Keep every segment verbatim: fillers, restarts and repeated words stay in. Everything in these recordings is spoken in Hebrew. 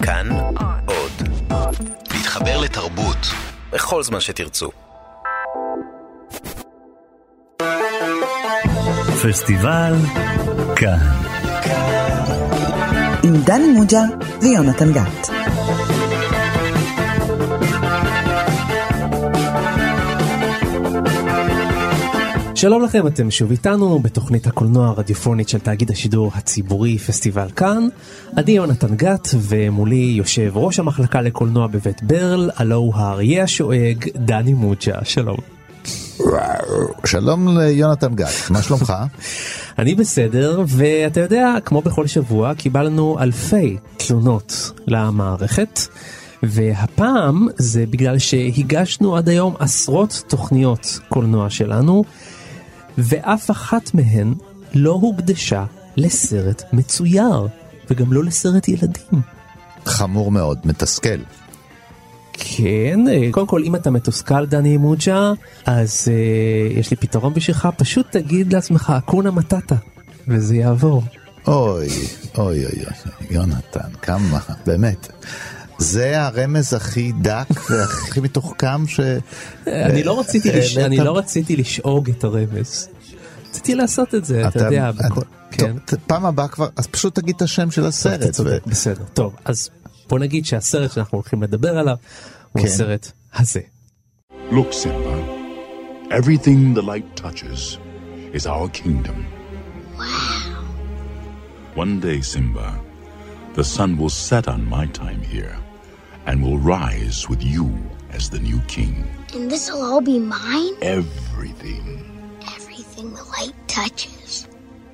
כאן עוד. להתחבר לתרבות בכל זמן שתרצו. פסטיבל כאן. עם דני מוג'ה ויונתן גת. שלום לכם, אתם שוב איתנו בתוכנית הקולנוע הרדיופונית של תאגיד השידור הציבורי פסטיבל כאן. אני יונתן גת, ומולי יושב ראש המחלקה לקולנוע בבית ברל, הלא הוא האריה השואג דני מוג'ה. שלום. שלום ליונתן גת, מה שלומך? אני בסדר, ואתה יודע, כמו בכל שבוע קיבלנו אלפי תלונות למערכת, והפעם זה בגלל שהגשנו עד היום עשרות תוכניות קולנוע שלנו, ואף אחת מהן לא הוקדשה לסרט מצויר, וגם לא לסרט ילדים. חמור מאוד, מתסכל. כן, קודם כל אם אתה מתוסכל דני מוג'ה, אז uh, יש לי פתרון בשבילך, פשוט תגיד לעצמך אקונה מטאטה, וזה יעבור. אוי, אוי, אוי, יונתן, כמה, באמת. זה הרמז הכי דק והכי מתוחכם ש... אני לא רציתי לש... אני לא רציתי לשאוג את הרמז. רציתי לעשות את זה, אתה יודע. כן. פעם הבאה כבר, אז פשוט תגיד את השם של הסרט. בסדר, טוב, אז בוא נגיד שהסרט שאנחנו הולכים לדבר עליו הוא הסרט הזה. Look, Simba, everything the light touches is our kingdom. Wow. One day, Simba, the sun will set on my time here and will rise with you as the new king. And this will all be mine? Everything. Everything the light touches.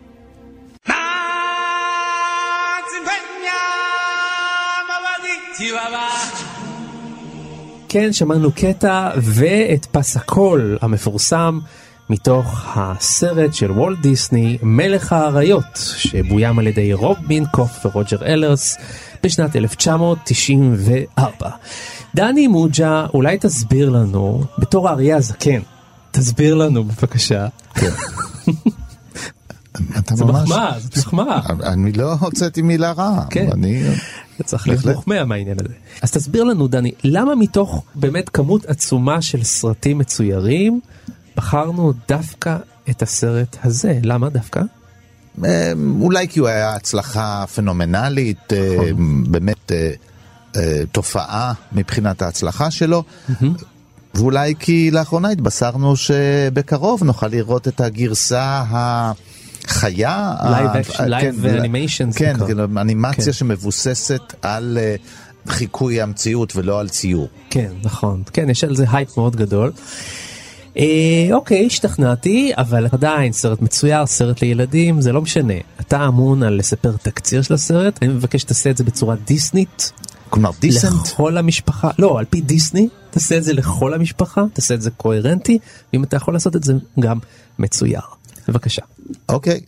כן, שמענו קטע ואת פס הקול המפורסם מתוך הסרט של וולט דיסני, מלך האריות, שבוים על ידי רוב מינקוף ורוג'ר אלרס בשנת אלף תשע מאות תשעים וארבע. דני מוג'ה, אולי תסביר לנו, בתור האריה הזקן, תסביר לנו בבקשה. כן. זה מחמאה, זה מחמאה. אני לא הוצאתי מילה רעה. כן. אני... צריך להיות מוחמא מהעניין הזה. אז תסביר לנו דני, למה מתוך באמת כמות עצומה של סרטים מצוירים, בחרנו דווקא את הסרט הזה? למה דווקא? אולי כי הוא היה הצלחה פנומנלית, באמת תופעה מבחינת ההצלחה שלו, ואולי כי לאחרונה התבשרנו שבקרוב נוכל לראות את הגרסה החיה, לייב אנימיישן, כן, אנימציה שמבוססת על חיקוי המציאות ולא על ציור. כן, נכון, כן, יש על זה הייפ מאוד גדול. אוקיי, השתכנעתי, אבל עדיין סרט מצויר, סרט לילדים, זה לא משנה. אתה אמון על לספר תקציר של הסרט, אני מבקש שתעשה את זה בצורה דיסנית. כלומר, דיסנט? לכל המשפחה, לא, על פי דיסני, תעשה את זה לכל המשפחה, תעשה את זה קוהרנטי, ואם אתה יכול לעשות את זה גם מצויר. בבקשה. אוקיי.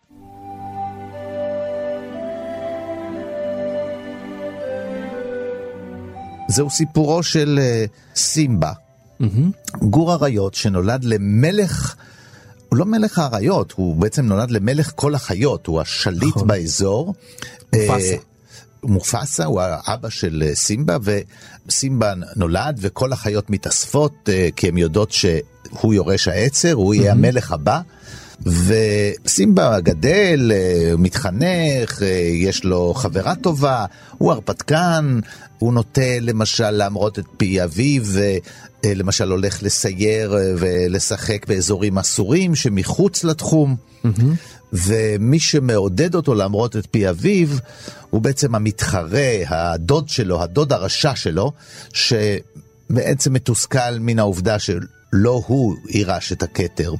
זהו סיפורו של סימבה. גור אריות שנולד למלך, הוא לא מלך האריות, הוא בעצם נולד למלך כל החיות, הוא השליט באזור. מופסה. מופסה, הוא האבא של סימבה, וסימבה נולד וכל החיות מתאספות, כי הן יודעות שהוא יורש העצר, הוא יהיה המלך הבא. וסימבה גדל, מתחנך, יש לו חברה טובה, הוא הרפתקן, הוא נוטה למשל להמרות את פי אביו, למשל הולך לסייר ולשחק באזורים אסורים שמחוץ לתחום, ומי שמעודד אותו להמרות את פי אביו הוא בעצם המתחרה, הדוד שלו, הדוד הרשע שלו, שבעצם מתוסכל מן העובדה שלא הוא יירש את הכתר.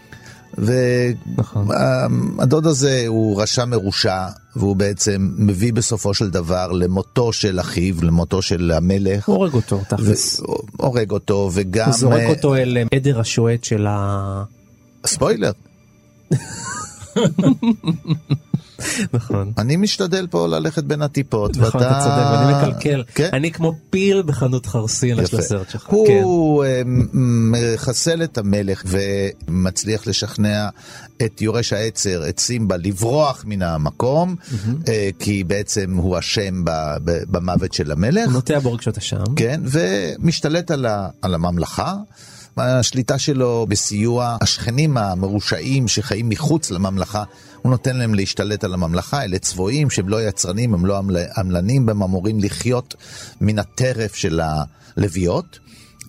והדוד הזה הוא רשע מרושע, והוא בעצם מביא בסופו של דבר למותו של אחיו, למותו של המלך. הורג אותו, תכלס. הורג אותו, וגם... הוא זורק אותו אל עדר השועט של ה... ספוילר. נכון. אני משתדל פה ללכת בין הטיפות. נכון, ואתה... אתה צודק, ואני מקלקל. כן? אני כמו פיל בחנות חרסין של הסרט שלך. הוא כן. מחסל את המלך ומצליח לשכנע את יורש העצר, את סימבה, לברוח מן המקום, mm-hmm. כי בעצם הוא אשם במוות של המלך. הוא נוטע ברגשות אשם. כן, ומשתלט על, ה... על הממלכה. השליטה שלו בסיוע השכנים המרושעים שחיים מחוץ לממלכה, הוא נותן להם להשתלט על הממלכה. אלה צבועים שהם לא יצרנים, הם לא עמלנים, הם אמורים לחיות מן הטרף של הלוויות.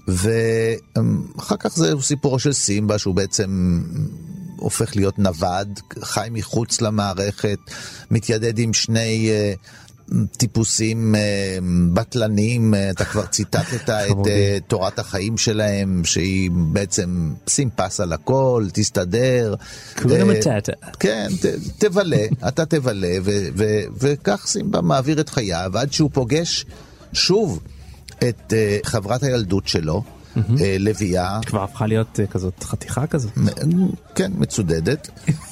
ואחר כך זה סיפורו של סימבה, שהוא בעצם הופך להיות נווד, חי מחוץ למערכת, מתיידד עם שני טיפוסים בטלנים. אתה כבר ציטטת את תורת החיים שלהם, שהיא בעצם שים פס על הכל, תסתדר. כן, תבלה, אתה תבלה, וכך סימבה מעביר את חייו, עד שהוא פוגש שוב את חברת הילדות שלו, לוויה. כבר הפכה להיות כזאת חתיכה כזאת. כן, מצודדת.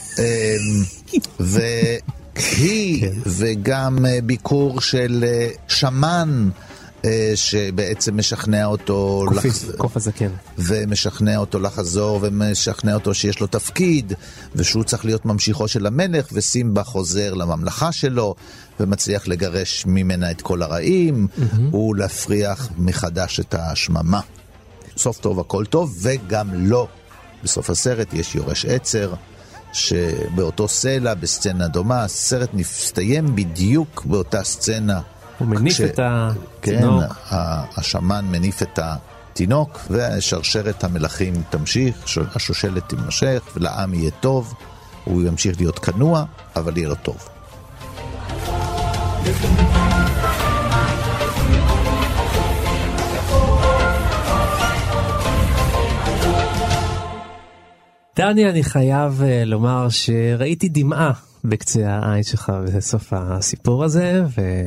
ו... היא וגם ביקור של שמן שבעצם משכנע אותו קוף הזקן ומשכנע אותו לחזור ומשכנע אותו שיש לו תפקיד ושהוא צריך להיות ממשיכו של המלך, וסימבה חוזר לממלכה שלו ומצליח לגרש ממנה את כל הרעים ולהפריח מחדש את השממה. סוף טוב הכל טוב, וגם לא בסוף הסרט יש יורש עצר שבאותו סלע, בסצנה דומה, הסרט נסתיים בדיוק באותה סצנה. הוא מניף את התינוק. כן, השמן מניף את התינוק, והשרשרת המלכים תמשיך, השושלת תימשך, ולעם יהיה טוב, הוא ימשיך להיות כנוע, אבל יהיה לו טוב. דני, אני חייב לומר שראיתי דמעה בקצה העין שלך בסוף הסיפור הזה,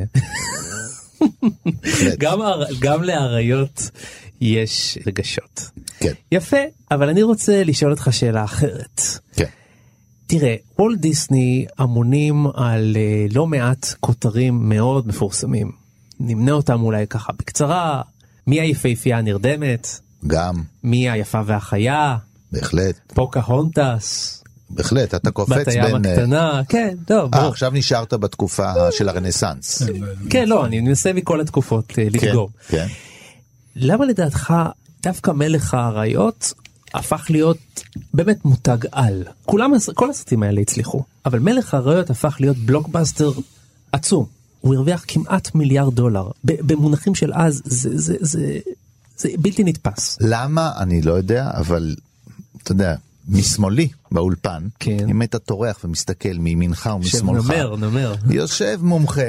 וגם גם לאריות יש רגשות. כן. יפה, אבל אני רוצה לשאול אותך שאלה אחרת. כן. תראה, וולט דיסני אמונים על לא מעט כותרים מאוד מפורסמים. נמנה אותם אולי ככה בקצרה. מי היפהפייה הנרדמת? גם. מי היפה והחיה? בהחלט. פוקהונטס. בהחלט, אתה קופץ בין... בת הים הקטנה, כן, טוב. אה, עכשיו נשארת בתקופה של הרנסנס. כן, לא, אני מנסה מכל התקופות לדגום. כן. למה לדעתך דווקא מלך האריות הפך להיות באמת מותג על? כולם, כל הסרטים האלה הצליחו, אבל מלך האריות הפך להיות בלוקבאסטר עצום. הוא הרוויח כמעט מיליארד דולר. במונחים של אז, זה, זה, זה, זה בלתי נתפס. למה? אני לא יודע, אבל אתה יודע, משמאלי באולפן, כן. אם אתה טורח ומסתכל מימינך ומשמאלך, שנמר, נמר. יושב מומחה,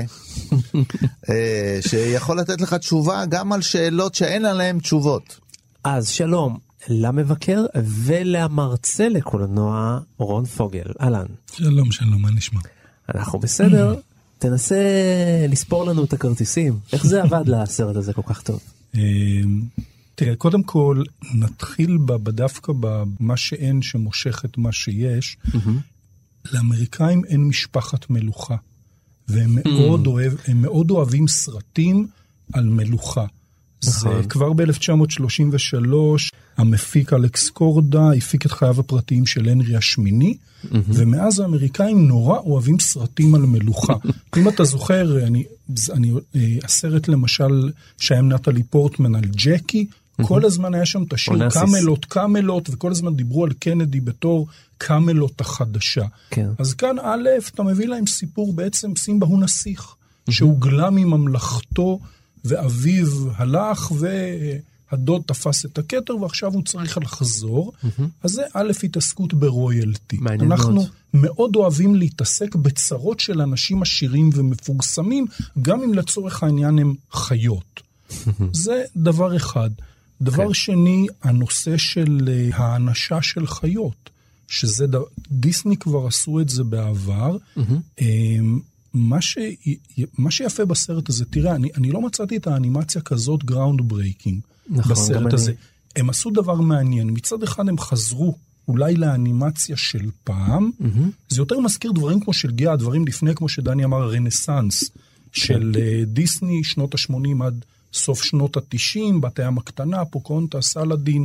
שיכול לתת לך תשובה גם על שאלות שאין עליהן תשובות. אז שלום למבקר ולמרצה לקולנוע רון פוגל. אהלן. שלום, שלום, מה נשמע? אנחנו בסדר. תנסה לספור לנו את הכרטיסים. איך זה עבד לסרט הזה כל כך טוב? תראה, קודם כל, נתחיל בדווקא במה שאין שמושך את מה שיש. לאמריקאים אין משפחת מלוכה, והם מאוד, אוהב, הם מאוד אוהבים סרטים על מלוכה. זה כבר ב-אלף תשע מאות שלושים ושלוש, המפיק אלכס קורדה הפיק את חייו הפרטיים של הנרי השמיני, ומאז האמריקאים נורא אוהבים סרטים על מלוכה. אם אתה זוכר, אני, אני, הסרט למשל שהיה נטלי פורטמן על ג'קי, כל הזמן היה שם את השיר קמלות, קמלות, וכל הזמן דיברו על קנדי בתור קמלות החדשה. כן. אז כאן א', אתה מביא להם סיפור, בעצם סימבה הוא נסיך, שהוגלה מממלכתו, ואביו הלך, והדוד תפס את הכתר, ועכשיו הוא צריך לחזור. אז זה א', התעסקות ברויאלטי. אנחנו מאוד אוהבים להתעסק בצרות של אנשים עשירים ומפורסמים, גם אם לצורך העניין הם חיות. זה דבר אחד. דבר שני, הנושא של האנשה של חיות, שזה דיסני כבר עשו את זה בעבר. מה ש... מה שיפה בסרט הזה, תראה, אני, אני לא מצאתי את האנימציה כזאת גראונד ברייקינג, נכון, בסרט הזה. אני... הם עשו דבר מעניין. מצד אחד הם חזרו אולי לאנימציה של פעם, mm-hmm. זה יותר מזכיר דברים כמו של גיאה, דברים לפני, כמו שדני אמר, הרנסנס, של uh, דיסני, שנות ה-שמונים עד סוף שנות ה-תשעים, בת הים הקטנה, פוקהונטס, אלאדין,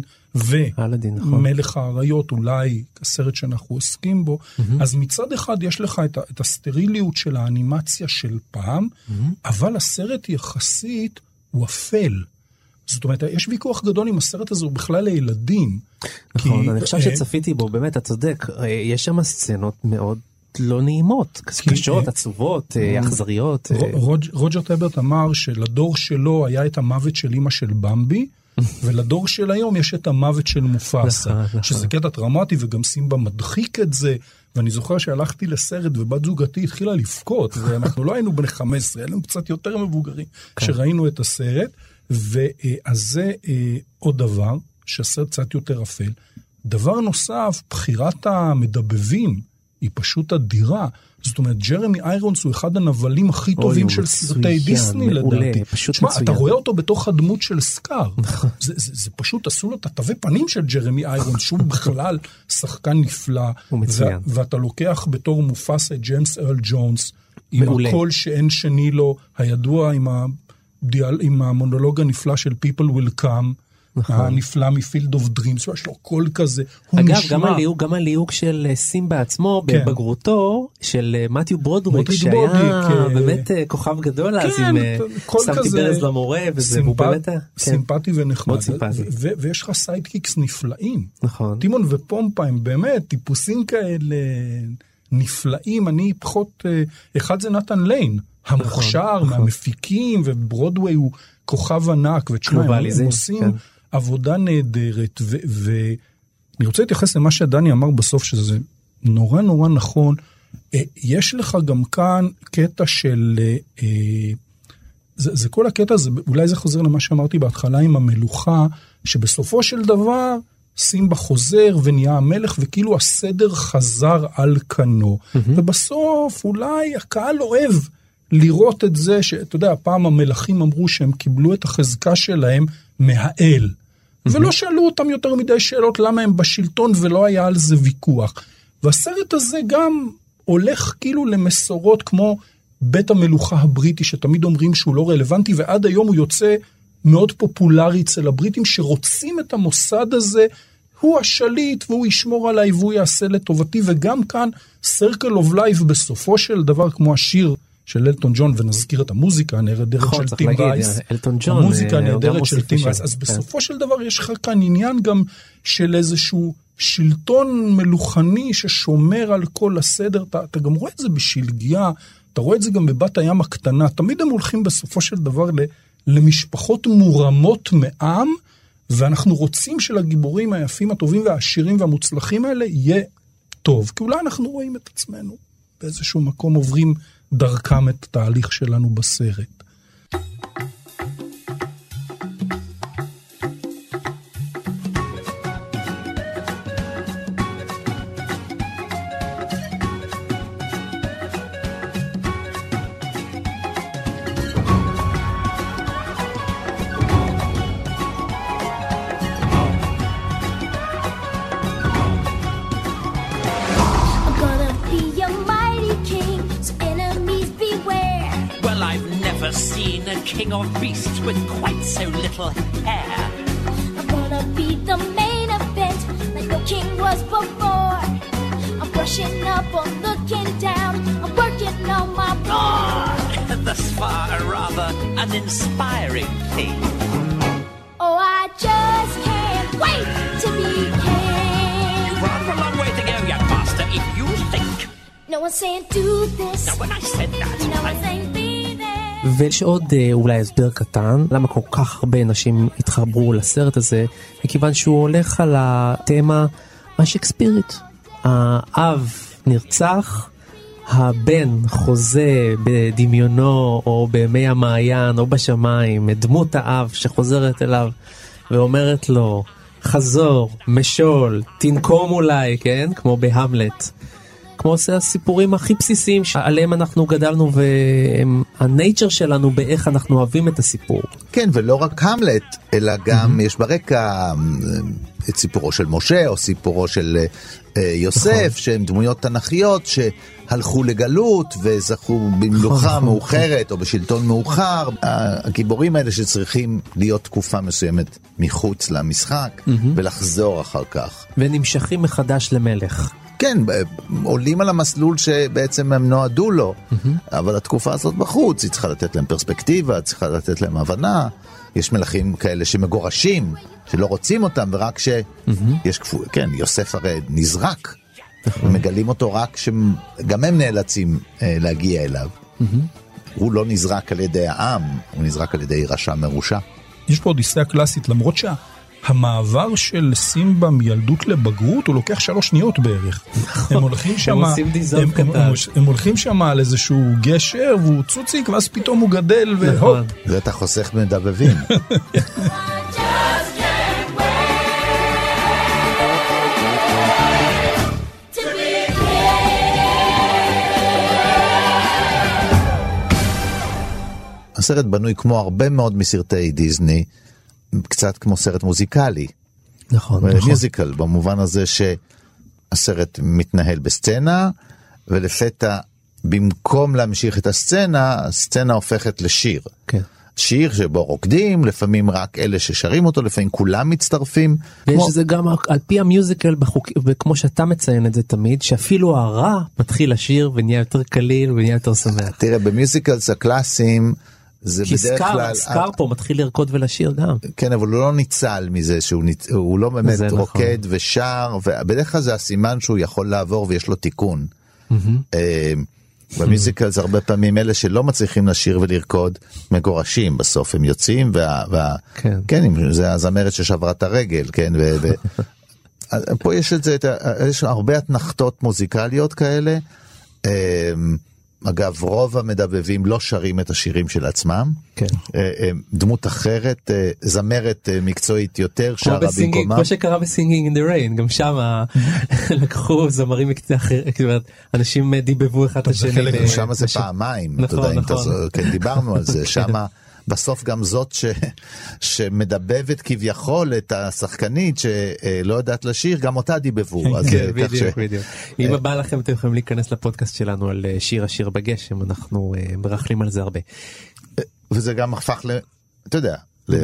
ומלך האריות, אולי הסרט שאנחנו עוסקים בו. Mm-hmm. אז מצד אחד יש לך את, את הסטריליות של האנימציה של פעם, mm-hmm. אבל הסרט יחסית הוא אפל. זאת אומרת, יש ויכוח גדול עם הסרט הזה, הוא בכלל לילדים. נכון, כי, אני חושב שצפיתי בו, באמת, אתה צודק, יש שם סצנות מאוד לא נעימות, קשות, עצובות, אכזריות. רוג'ר טברט אמר שלדור שלו היה את המוות של אמא של במבי, ולדור של היום יש את המוות של מופסה, שזה קטע טראומטי, וגם סימבה מדחיק את זה, ואני זוכר שהלכתי לסרט ובת זוגתי התחילה לפקות, ואנחנו לא היינו בני חמש עשרה, היינו קצת יותר מבוגרים, כשראינו את הסרט, ואז זה עוד דבר, שהסרט קצת יותר אפל. דבר נוסף, בחירת המדבבים היא פשוט אדירה. זאת אומרת, ג'רמי איירונס הוא אחד הנבלים הכי טובים של סרטי דיסני לדעתי. תשמע, אתה רואה אותו בתוך הדמות של סקאר. זה פשוט, עשו לו את התווי פנים של ג'רמי איירונס, שהוא בכלל שחקן נפלא. ואתה לוקח בתור מופסה ג'יימס ארל ג'ונס, עם הקול שאין שני לו, הידוע עם המונולוג הנפלא של People Will Come, הנפלא מפילד אוף דרימס, יש לו קול כזה, הוא אגב, נשמע. גם הליהוק, גם הליהוק של סימבה עצמו, בבגרותו, של מתיו ברודוויק, שהיה באמת כוכב גדול, אז עם שמתי ברז למורה, וזה הוא באמת סימפטי ונחמד, ויש לך סיידקיקס נפלאים, טימון ופומפה הם באמת טיפוסים כאלה נפלאים, אני פחות, אחד זה נתן ליין, המוכשר, מהמפיקים, וברודווי הוא כוכב ענק, ותשמע, הם עושים עבודה נהדרת, ואני רוצה להתייחס למה שדני אמר בסוף, שזה נורא נורא נכון, יש לך גם כאן קטע של, זה כל הקטע, אולי זה חוזר למה שאמרתי בהתחלה עם המלוכה, שבסופו של דבר, סימבה חוזר ונהיה המלך, וכאילו הסדר חזר על כנו, ובסוף אולי הקהל אוהב, לראות את זה, שאתה יודע, הפעם המלכים אמרו שהם קיבלו את החזקה שלהם מהאל, ולא שאלו אותם יותר מדי שאלות למה הם בשלטון, ולא היה על זה ויכוח. והסרט הזה גם הולך כאילו למסורות כמו בית המלוכה הבריטי, שתמיד אומרים שהוא לא רלוונטי, ועד היום הוא יוצא מאוד פופולרי אצל הבריטים, שרוצים את המוסד הזה, הוא השליט, והוא ישמור עליי, והוא יעשה לטובתי, וגם כאן, Circle of Life בסופו של דבר, כמו השיר, של אלטון ג'ון, ונזכיר את המוזיקה הנהדרת של טים רייס, המוזיקה הנהדרת של טים רייס, אז בסופו של דבר יש לך כאן עניין גם של איזשהו שלטון מלוכני ששומר על כל הסדר, אתה, אתה גם רואה את זה בשלגיה, אתה רואה את זה גם בבת הים הקטנה, תמיד הם הולכים בסופו של דבר למשפחות מורמות מעם, ואנחנו רוצים שלגיבורים היפים, הטובים והעשירים והמוצלחים האלה יהיה טוב, כי אולי אנחנו רואים את עצמנו באיזשהו מקום עוברים דרכם את התהליך שלנו בסרט. King of beasts with quite so little hair. I'm gonna be the main event like no king was before. I'm brushing up, I'm looking down, I'm working on my roar. Thus far a rather uninspiring thing. Oh, I just can't wait to be king. You've rather a long way to go, young master, if you think. No one's saying do this. Now when I said that, no one's saying be there. ויש עוד אולי הסבר קטן, למה כל כך הרבה אנשים התחברו לסרט הזה, מכיוון שהוא הולך על התמה השקספירית. האב נרצח, הבן חוזה בדמיונו או בימי המעיין או בשמיים, דמות האב שחוזרת אליו ואומרת לו, חזור, משול, תנקום אולי, כן? כמו בהמלט. כמו זה הסיפורים הכי בסיסיים שעליהם אנחנו גדלנו, והנייצ'ר שלנו באיך אנחנו אוהבים את הסיפור. כן, ולא רק המלט, אלא גם יש ברקע את סיפורו של משה, או סיפורו של יוסף, שהם דמויות תנכיות שהלכו לגלות וזכו במלוכה מאוחרת או בשלטון מאוחר. הגיבורים האלה שצריכים להיות תקופה מסוימת מחוץ למשחק ולחזור אחר כך. ונמשכים מחדש למלך. כן, עולים על המסלול שבעצם הם נועדו לו, אבל התקופה הזאת בחוץ, היא צריכה לתת להם פרספקטיבה, צריכה לתת להם הבנה. יש מלכים כאלה שמגורשים, שלא רוצים אותם, ורק שיש כפול, כן, יוסף הרי נזרק, ומגלים אותו רק שגם הם נאלצים להגיע אליו. הוא לא נזרק על ידי העם, הוא נזרק על ידי רשע מרושע. יש פה אודיסאה קלאסית, למרות שה... המעבר של סימבה מילדות לבגרות הוא לוקח שלוש שניות בערך. הם הולכים שם, הם, הם, הם, הם הולכים שם על איזשהו גשר והוא צוציק ואז פתאום הוא גדל והופ. זה אתה חוסך מדבבים. הסרט בנוי כמו הרבה מאוד מסרטי דיזני, קצת כמו סרט מוזיקלי. נכון, נכון. מיוזיקל, במובן הזה שהסרט מתנהל בסצנה, ולפתע, במקום להמשיך את הסצנה, הסצנה הופכת לשיר. כן. שיר שבו רוקדים, לפעמים רק אלה ששרים אותו, לפעמים כולם מצטרפים. ויש כמו... זה גם על פי המיוזיקל, בחוק... וכמו שאתה מציין את זה תמיד, שאפילו הרע מתחיל לשיר ונהיה יותר קליל ונהיה יותר שמח. תראה, במיוזיקלס הקלאסיים, זה כי בדרך סקאר, כלל... סקאר פה מתחיל לרקוד ולשיר גם. כן, אבל הוא לא ניצל מזה, שהוא ניצ... הוא לא באמת רוקד נכון. ושר, ובדרך כלל זה הסימן שהוא יכול לעבור ויש לו תיקון. Mm-hmm. במיוזיקל זה הרבה פעמים אלה שלא מצליחים לשיר ולרקוד, מגורשים, בסוף הם יוצאים, וה... וה... כן. כן, זה הזמרת ששברה את הרגל, כן, ו... ו... פה יש את זה, יש הרבה התנחתות מוזיקליות כאלה, אגב, רוב המדבבים לא שרים את השירים של עצמם. כן. דמות אחרת, זמרת מקצועית יותר, שרה במקומה. כמו שקרה בסינגינג אין דה ריין, גם שם לקחו זמרים מקצועית אחרת, אנשים דיבבו אחד את השני. שם זה פעמיים, נכון, נכון. כן, דיברנו על זה, שם... בסוף גם זאת ש... שמדבבת כביכול את השחקנית שלא יודעת לשיר, גם אותה דיבבו. אז כן, בדיוק, בדיוק. אם בא לכם, אתם יכולים להיכנס לפודקאסט שלנו על שיר השיר בגשם, אנחנו מרחלים על זה הרבה. וזה גם הפך ל... אתה יודע,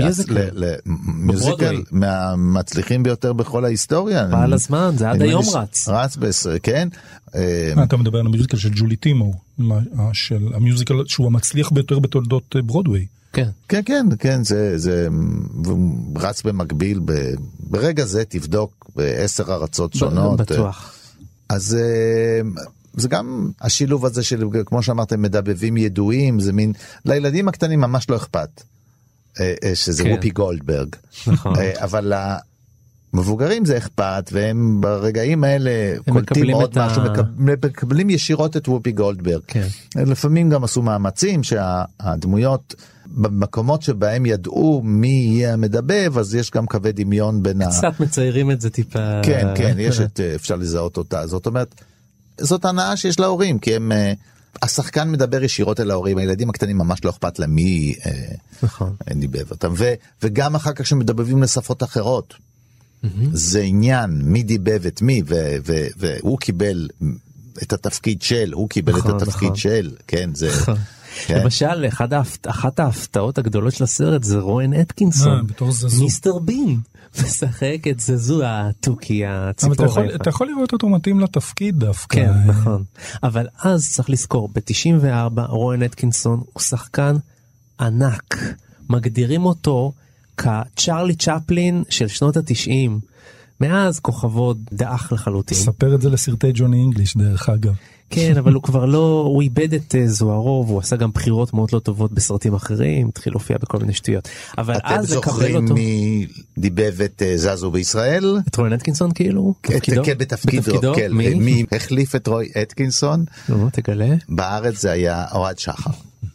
למיוזיקל מהמצליחים ביותר בכל ההיסטוריה. בעל הזמן, זה עד היום רץ. רץ בעשרה, כן. אתה מדבר על המיוזיקל של ג'ולי טימו, של המיוזיקל שהוא המצליח ביותר בתולדות ברודווי. כן. כן, כן, כן, זה, זה רץ במקביל, ברגע זה תבדוק בעשר ארצות שונות. בטוח. אז זה גם השילוב הזה של, כמו שאמרתם, מדבבים ידועים, זה מין, לילדים הקטנים ממש לא אכפת, שזה כן. וופי גולדברג. נכון. אבל המבוגרים זה אכפת, והם ברגעים האלה קולטים עוד משהו, ה... מקבלים ישירות את וופי גולדברג. כן. לפעמים גם עשו מאמצים שהדמויות במקומות שבהם ידעו מי יהיה המדבב, אז יש גם קווי דמיון בין קצת ה... קצת מציירים את זה טיפה... כן, כן, יש את, אפשר לזהות אותה. זאת אומרת, זאת הנאה שיש להורים, כי הם... השחקן מדבר ישירות אל ההורים, הילדים הקטנים ממש לא אכפת להם מי נכון. דיבב אותם. ו, וגם אחר כך שמדבבים לשפות אחרות, mm-hmm. זה עניין, מי דיבב את מי, ו, ו, והוא קיבל את התפקיד של, הוא קיבל נכון, את התפקיד נכון. של, כן, זה... נכון. כן. למשל, אחד ההפת... אחת ההפתעות הגדולות של הסרט זה רואן אטקינסון, מיסטר בין, משחק את זזו התוכי, הציפור. אבל אתה יכול, אתה יכול לראות אותו מתאים לתפקיד דווקא. כן, נכון. אבל אז צריך לזכור, ב-תשעים וארבע רואן אטקינסון הוא שחקן ענק. מגדירים אותו כצ'רלי צ'פלין של שנות התשעים. מאז כוכבו דאח לחלוטין. ספר את זה לסרטי ג'וני אינגליש דרך אגב. כן, אבל הוא כבר לא, הוא איבד את זוהרו, והוא עשה גם בחירות מאוד לא טובות בסרטים אחרים, התחיל להופיע בכל מיני שטויות. אבל אז לקבל אותו... אתם זוכרים מי דיבב את זזו בישראל? את רוי אטקינסון כאילו? בתפקידו? כן, בתפקידו. מי? מי החליף את רוי אטקינסון? נו, תגלה. בארץ זה היה אוהד שחר.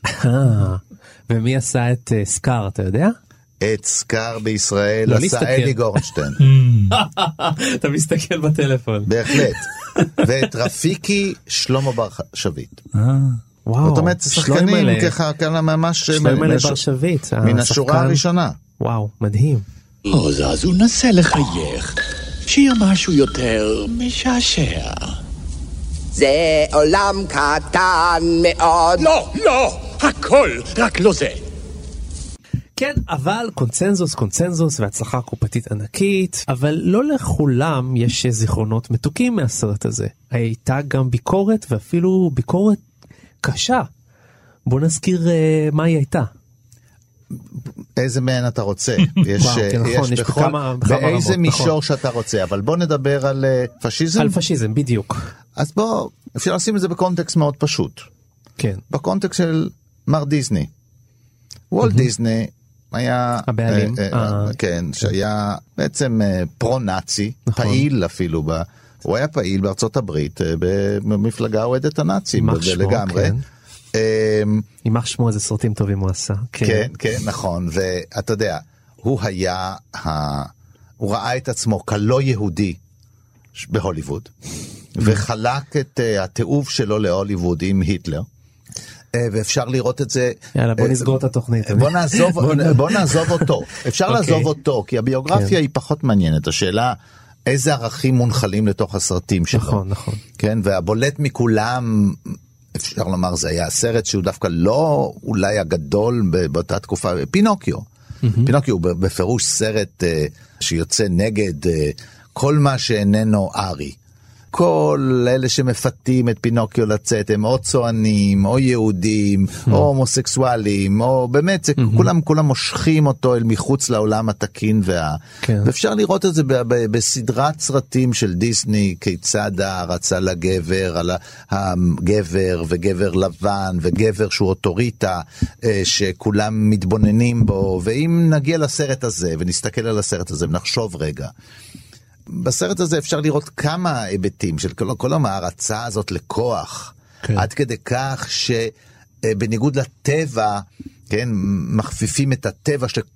ומי עשה את סקאר, אתה יודע? את סקאר בישראל עשה אלי גורנשטיין. אתה מסתכל בטלפון. בהחלט. ואת רפיקי שלמה בר שביט. וואו. זאת אומרת, שחקנים ככה, כאלה ממש... שלמה בר שביט. מן השורה הראשונה. וואו, מדהים. עוז, אז הוא נסה לחייך. שיר משהו יותר משעשע. זה עולם קטן מאוד. לא, לא, הכל, רק לא זה. כן, אבל קונצנזוס, קונצנזוס והצלחה קופתית ענקית, אבל לא לכולם יש זיכרונות מתוקים מהסרט הזה. הייתה גם ביקורת, ואפילו ביקורת קשה. בוא נזכיר uh, מה היא הייתה. איזה מהן אתה רוצה? יש, וואו, כן, נכון, יש בכל, בכמה, בכמה באיזה רמות, מישור נכון. שאתה רוצה, אבל בוא נדבר על uh, פשיזם. על פשיזם, בדיוק. אז בוא, אפשר לשים את זה בקונטקסט מאוד פשוט. כן. בקונטקסט של מר דיסני. וולט mm-hmm. דיסני היה... הבעלים. אה, אה, כן, שהיה בעצם אה, פרו-נאצי, נכון. פעיל אפילו, ב, הוא היה פעיל בארצות הברית, אה, במפלגה אוהדת הנאצים, שמו, לגמרי. כן. יימח שמו, איזה סרטים טובים הוא עשה. כן, כן, כן, נכון, ואתה יודע, הוא היה, ה... הוא ראה את עצמו כלא יהודי בהוליווד, וחלק את uh, התיעוב שלו להוליווד עם היטלר, uh, ואפשר לראות את זה... יאללה, בוא נסגור את התוכנית. בוא נעזוב, בוא נעזוב אותו, אפשר לעזוב אותו, כי הביוגרפיה היא פחות מעניינת, השאלה... איזה ערכים מונחלים לתוך הסרטים שלו. נכון, נכון. כן, והבולט מכולם... אפשר לומר, זה היה סרט שהוא דווקא לא אולי הגדול באותה תקופה, פינוקיו. Mm-hmm. פינוקיו הוא בפירוש סרט uh, שיוצא נגד uh, כל מה שאיננו ארי. כל אלה שמפתים את פינוקיו לצאת הם או צוענים, או יהודים, mm-hmm. או הומוסקסואלים, או באמת, זה, mm-hmm. כולם, כולם מושכים אותו אל מחוץ לעולם התקין, וה... כן. ואפשר לראות את זה ב- ב- בסדרת סרטים של דיסני, כיצד הרצה לגבר, על הגבר וגבר לבן, וגבר שהוא אוטוריטה, שכולם מתבוננים בו, ואם נגיע לסרט הזה, ונסתכל על הסרט הזה, ונחשוב רגע, בסרט הזה אפשר לראות כמה היבטים של כל, כל המערצה הזאת לכוח, כן. עד כדי כך שבניגוד לטבע, כן, מכפיפים את הטבע של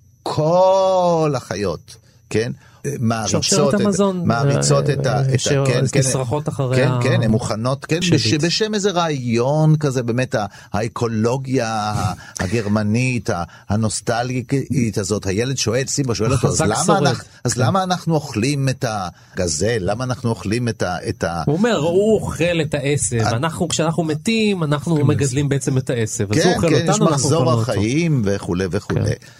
כל החיות, כן, מעריצות את, מעריצות את ה... נשרחות אחרי ה... כן, כן, הן מוכנות, כן, בשם איזה רעיון כזה, באמת האקולוגיה הגרמנית, הנוסטלגית הזאת, הילד שואל, סימבה שואל אותו, אז למה אנחנו אוכלים את הגזל? למה אנחנו אוכלים את ה... הוא אומר, הוא אוכל את העשב, אנחנו, כשאנחנו מתים, אנחנו מגדלים בעצם את העשב, כן, כן, יש מחזור החיים וכו' וכו'.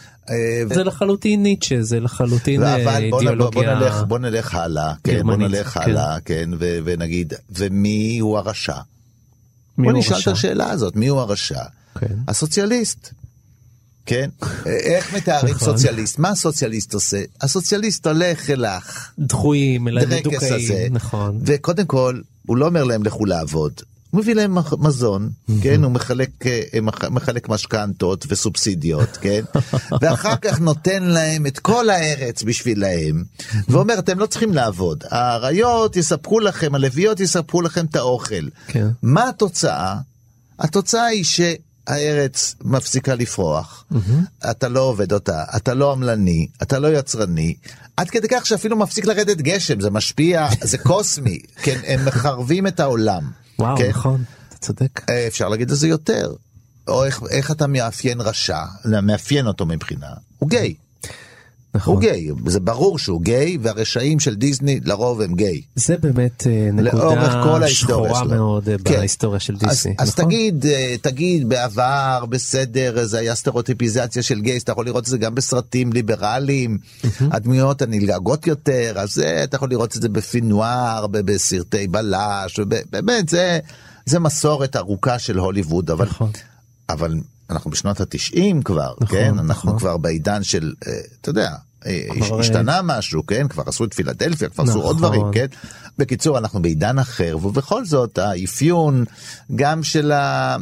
זה לחלוטין ניטשה, זה לחלוטין אידיאולוגיה. בוא נלך הלאה, כן, בוא נלך הלאה, כן, ונגיד, ומי הוא הרשע? בוא נשאל את השאלה הזאת, מי הוא הרשע? הסוציאליסט. כן? איך מתארים סוציאליסט? מה הסוציאליסט עושה? הסוציאליסט הולך אל דחויים, אל הדוקאים, נכון. וקודם כל, הוא לא אומר להם לכו לעבוד. הוא מביא להם מזון, כן? הוא מחלק, מחלק משכנתות וסובסידיות, כן? ואחר כך נותן להם את כל הארץ בשבילהם, ואומר, אתם לא צריכים לעבוד. האריות יספקו לכם, הלוויות יספקו לכם את האוכל. מה התוצאה? התוצאה היא שהארץ מפסיקה לפרוח. אתה לא עובד אותה, אתה לא עמלני, אתה לא יצרני, עד כדי כך שאפילו מפסיק לרדת גשם, זה משפיע, זה קוסמי, כן? הם מחרבים את העולם. וואו, כן? נכון, אתה צודק. אפשר להגיד את זה יותר. או איך, איך אתה מאפיין רשע, מאפיין אותו מבחינה. הוא גיי. נכון. הוא גיי, זה ברור שהוא גיי, והרשעים של דיסני לרוב הם גיי. זה באמת נקודה שחורה מאוד כן. בהיסטוריה של דיסני. אז, נכון? אז תגיד, תגיד, בעבר, בסדר, זה היה סטריאוטיפיזציה של גיי, אתה יכול לראות את זה גם בסרטים ליברליים, הדמויות הנלגגות יותר, אז זה, אתה יכול לראות את זה בפינואר, בסרטי בלש, באמת, זה, זה מסורת ארוכה של הוליווד, אבל, נכון. אבל אנחנו בשנות התשעים כבר, נכון, כן? נכון. אנחנו כבר בעידן של, אתה יודע, השתנה משהו, כן? כבר עשו את פילדלפיה, כבר עשו עוד דברים, כן? בקיצור, אנחנו בעידן אחר, ובכל זאת, האפיון גם של ה...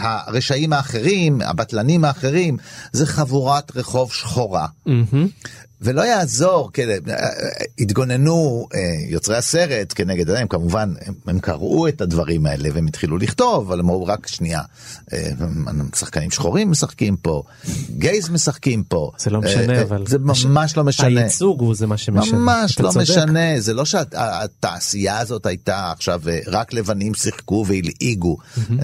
והרשעים האחרים, הבטלנים האחרים, זה חבורת רחוב שחורה. ולא יעזור, התגוננו יוצרי הסרט כנגד אדם, כמובן הם קראו את הדברים האלה והם התחילו לכתוב, אבל הם אמרו רק שנייה, שחקנים שחורים משחקים פה, גייז משחקים פה. זה לא משנה, אבל... זה ממש לא משנה. הייצוג הוא זה מה שמשנה. ממש לא משנה, זה לא שהתעשייה הזאת הייתה עכשיו, רק לבנים שיחקו והלעיגו.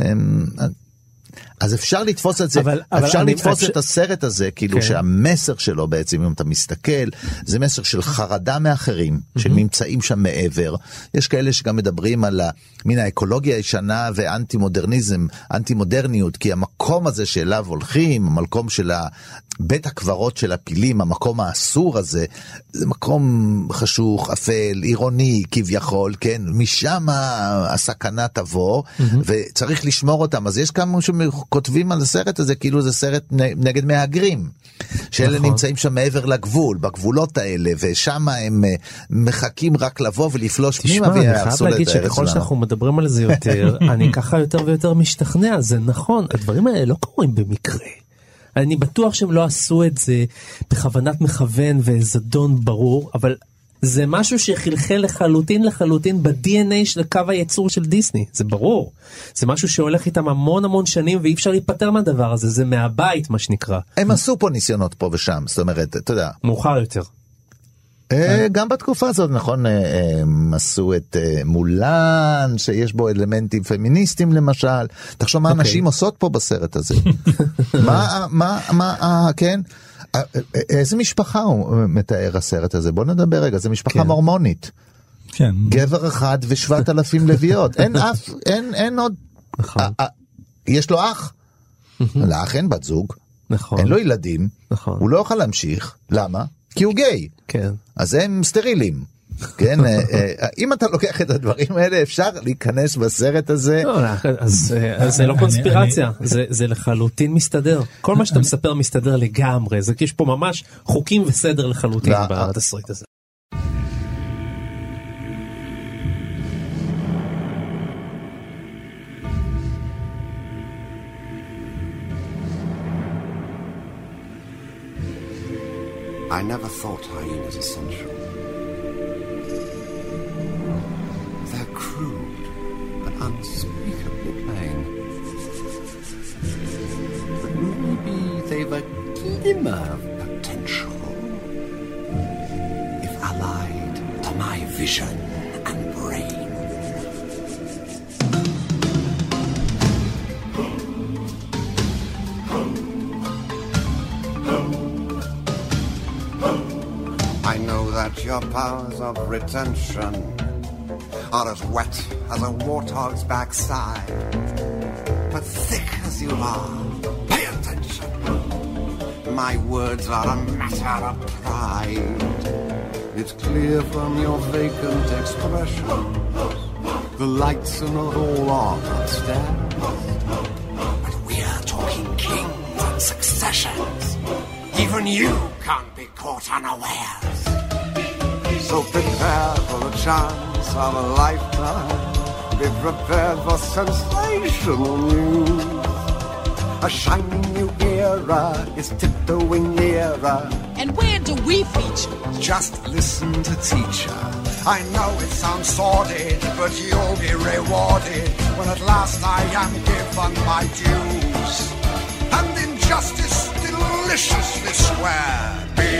אז אפשר לתפוס את זה, אבל, אפשר אבל לתפוס אני, את הסרט הזה, כאילו כן. שהמסר שלו בעצם, אם אתה מסתכל, זה מסר של חרדה מאחרים, mm-hmm. שנמצאים שם מעבר. יש כאלה שגם מדברים על מין האקולוגיה הישנה ואנטי מודרניזם, אנטי מודרניות, כי המקום הזה שאליו הולכים, המקום של בית הקברות של הפילים, המקום האסור הזה, זה מקום חשוך, אפל, עירוני, כביכול, כן, משם הסכנה תבוא, mm-hmm. וצריך לשמור אותם. אז יש כמה כותבים על הסרט הזה, כאילו זה סרט נגד מהגרים, שאלה נכון. נמצאים שם מעבר לגבול, בגבולות האלה, ושם הם מחכים רק לבוא ולפלוש פנימה. תשמע, אני חייב להגיד שככל שאנחנו מדברים על זה יותר, אני ככה יותר ויותר משתכנע, זה נכון, הדברים האלה לא קורים במקרה. אני בטוח שהם לא עשו את זה בכוונת מכוון וזדון ברור, אבל זה משהו שחלחל לחלוטין לחלוטין ב-די אן איי של קו הייצור של דיסני, זה ברור. זה משהו שהולך איתם המון המון שנים ואי אפשר להיפטר מהדבר הזה, זה מהבית מה שנקרא. הם עשו פה ניסיונות פה ושם, זאת אומרת, אתה יודע. מאוחר יותר. גם בתקופה הזאת, נכון, הם עשו את מולן, שיש בו אלמנטים פמיניסטיים למשל. תחשוב מה אנשים עושות פה בסרט הזה. מה, מה, מה, כן? איזה משפחה הוא מתאר הסרט הזה? בוא נדבר רגע, זה משפחה מורמונית. כן. גבר אחד ושבעת אלפים לוויות. אין אף, אין, אין עוד. נכון. יש לו אח. לאח אין בת זוג. נכון. אין לו ילדים. נכון. הוא לא יכול להמשיך. למה? כי הוא גיי. כן. אז הם סטרילים. כן, אם אתה לוקח את הדברים האלה, אפשר להיכנס בסרט הזה. לא, אז זה לא קונספירציה, זה לחלוטין מסתדר. כל מה שאתה מספר מסתדר לגמרי, זה כי יש פה ממש חוקים וסדר לחלוטין בתסריט הזה. I never thought hyenas essential. They're crude but unspeakably plain. But maybe they've a glimmer of potential if allied to my vision and brain. I know that your powers of retention are as wet as a warthog's backside, but thick as you are, pay attention. My words are a matter of pride. It's clear from your vacant expression, the lights are not all on upstairs, but we're talking kings and successions. Even you can't be caught unawares. So prepare for the chance of a lifetime. Be prepared for sensational news. A shining new era is tiptoeing nearer. And where do we feature? Just listen to teacher. I know it sounds sordid, but you'll be rewarded when at last I am given my dues. And injustice deliciously square. Be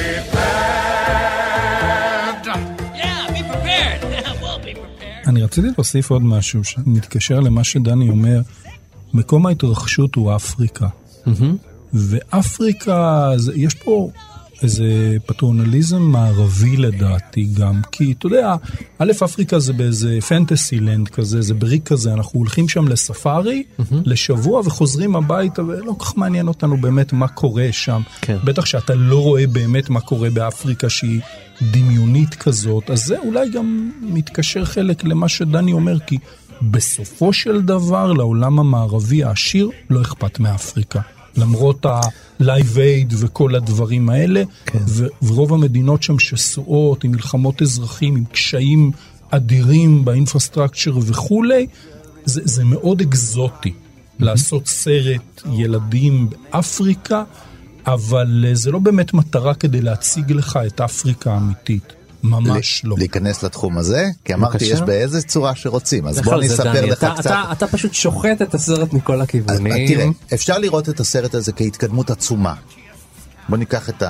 prepared. Yeah, be prepared. We'll be prepared. אני רציתי להוסיף עוד משהו שמתקשר למה שדני אומר. מקום ההתרחשות הוא אפריקה. ואפריקה, יש פה איזה פטרונליזם מערבי לדעתי גם, כי אתה יודע, א' אפריקה זה באיזה פנטסי לנד כזה, זה בריק כזה, אנחנו הולכים שם לספארי, לשבוע וחוזרים הביתה, ולא כך מעניין אותנו באמת מה קורה שם. בטח שאתה לא רואה באמת מה קורה באפריקה שהיא דמיונית כזאת, אז זה אולי גם מתקשר חלק למה שדני אומר, כי בסופו של דבר לעולם המערבי העשיר לא אכפת מאפריקה. למרות ה-Live Aid וכל הדברים האלה, כן. ורוב המדינות שם שסועות עם מלחמות אזרחים, עם קשיים אדירים באינפרסטרקצ'ר וכולי, זה, זה מאוד אקזוטי. Mm-hmm. לעשות סרט ילדים באפריקה, אבל זה לא באמת מטרה כדי להציג לך את אפריקה האמיתית. ממש לא. להיכנס לתחום הזה? כי אמרתי, יש באיזה צורה שרוצים, אז בוא אני אספר לך קצת. אתה פשוט שוחט את הסרט מכל הכיוונים. תראה, אפשר לראות את הסרט הזה כהתקדמות עצומה. בוא ניקח את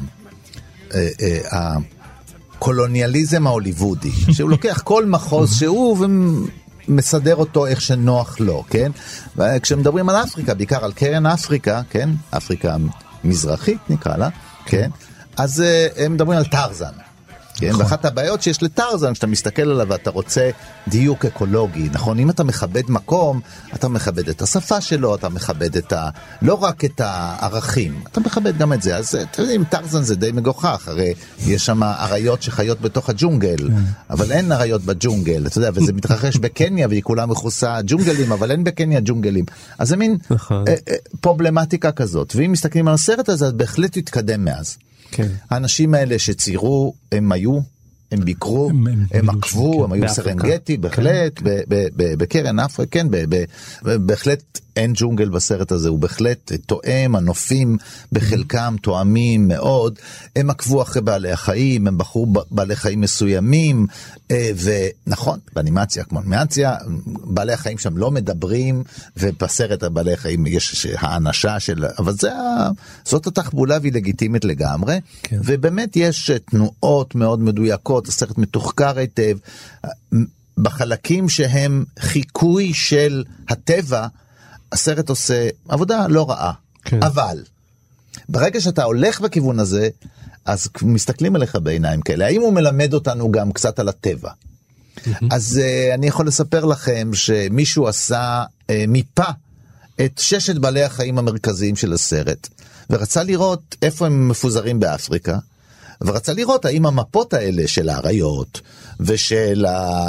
הקולוניאליזם ההוליוודי, שהוא לוקח כל מחוז שהוא ומסדר אותו איך שנוח לו, כן? וכשמדברים על אפריקה, בעיקר על קרן אפריקה, כן? אפריקה מזרחית נקרא לה, כן? אז הם מדברים על טרזן. כן? ואחת הבעיות שיש לטרזן, שאתה מסתכל עליו ואתה רוצה דיוק אקולוגי, נכון? אם אתה מכבד מקום, אתה מכבד את השפה שלו, אתה מכבד את ה... לא רק את הערכים, אתה מכבד גם את זה. אז אתם יודעים, טרזן זה די מגוחך, הרי יש שם עריות שחיות בתוך הג'ונגל, אבל אין עריות בג'ונגל, אתה יודע, וזה מתרחש בקניה, והיא כולה מכוסה ג'ונגלים, אבל אין בקניה ג'ונגלים. אז זה מין פרובלמטיקה כזאת. ואם מסתכלים על הסרט הזה, אז בהחלט יתקדם מאז. כן. האנשים האלה שציירו, הם היו, הם ביקרו, הם, הם, הם עקבו, כן, הם היו בסרנגטי, בהחלט, כן. בקרן אפריקה, כן, בהחלט אין ג'ונגל בסרט הזה, הוא בהחלט תואם, הנופים בחלקם תואמים מאוד, הם עקבו אחרי בעלי החיים, הם בחרו בעלי חיים מסוימים, ונכון, באנימציה, כמו אנימציה, בעלי החיים שם לא מדברים, ובסרט הבעלי החיים יש האנשה של, אבל זה, זאת התחבולה והיא לגיטימית לגמרי, כן. ובאמת יש תנועות מאוד מדויקות, הסרט מתוחקר היטב, בחלקים שהם חיקוי של הטבע, הסרט עושה עבודה לא רעה, כן. אבל ברגע שאתה הולך בכיוון הזה, אז מסתכלים עליך בעיניים כאלה, האם הוא מלמד אותנו גם קצת על הטבע? Mm-hmm. אז uh, אני יכול לספר לכם שמישהו עשה uh, מיפה את ששת בעלי החיים המרכזיים של הסרט, ורצה לראות איפה הם מפוזרים באפריקה, ורצה לראות האם המפות האלה של האריות, ושל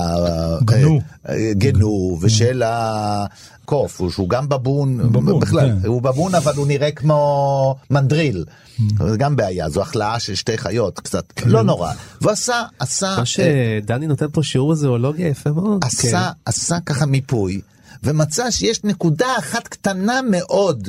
הגנו, ושל הקוף, שהוא גם בבון, בכלל, הוא בבון אבל הוא נראה כמו מנדריל, זה גם בעיה, זו החלאה של שתי חיות, קצת, לא נורא, ועשה, עשה... מה שדני נותן פה שיעור זואולוגיה יפה מאוד. עשה, עשה ככה מיפוי, ומצא שיש נקודה אחת קטנה מאוד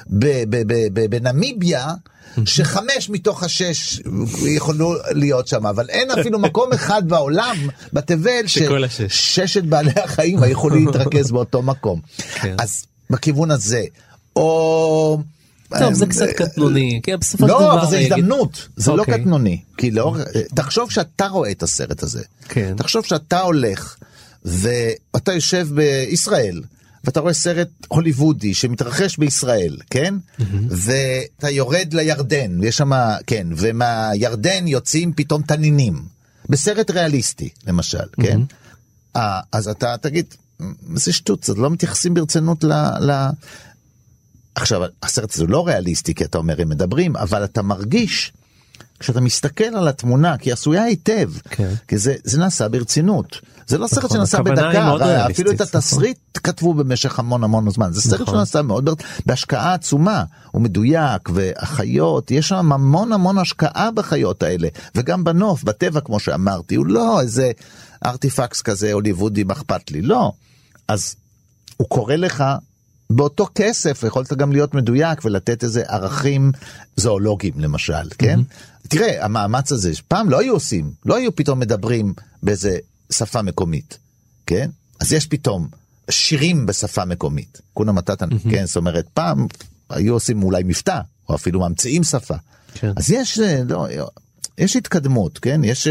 בנמיביה, שחמש מתוך השש יכולו להיות שם, אבל אין אפילו מקום אחד בעולם, בתבל, שששת בעלי החיים יכולים להתרכז באותו מקום. אז בכיוון הזה, או... טוב, זה קצת קטנוני. לא, אבל זה הזדמנות, זה לא קטנוני. תחשוב שאתה רואה את הסרט הזה, תחשוב שאתה הולך, ואתה יושב בישראל, ואתה רואה סרט הוליוודי שמתרחש בישראל, כן? Mm-hmm. ואתה יורד לירדן, ויש שם, כן, ומהירדן יוצאים פתאום תנינים, בסרט ריאליסטי, למשל, mm-hmm. כן? אה, אז אתה תגיד, זה שטות, זה לא מתייחסים ברצינות ל... ל... עכשיו, הסרט הזה לא ריאליסטי, כי אתה אומר, הם מדברים, אבל אתה מרגיש, כשאתה מסתכל על התמונה, כי עשויה היטב, כן. כי זה, זה נעשה ברצינות. זה לא סרט שנעשה בדקה, אפילו את התסריט כתבו במשך המון המון זמן. זה סרט שנעשה מאוד בהשקעה עצומה, הוא מדויק, והחיות, יש שם המון המון השקעה בחיות האלה, וגם בנוף, בטבע כמו שאמרתי, הוא לא איזה ארטיפקס כזה הוליוודי מחפת לי, לא. אז הוא קורא לך, באותו כסף יכולת גם להיות מדויק ולתת איזה ערכים זואולוגיים למשל, כן? תראה, המאמץ הזה, פעם לא היו עושים, לא היו פתאום מדברים באיזה שפה מקומית, כן? אז יש פתאום שירים בשפה מקומית, כונה מתתן, כן? זאת אומרת, פעם היו עושים אולי מבטא, או אפילו ממציאים שפה. אז יש, לא, יש התקדמות, כן? יש,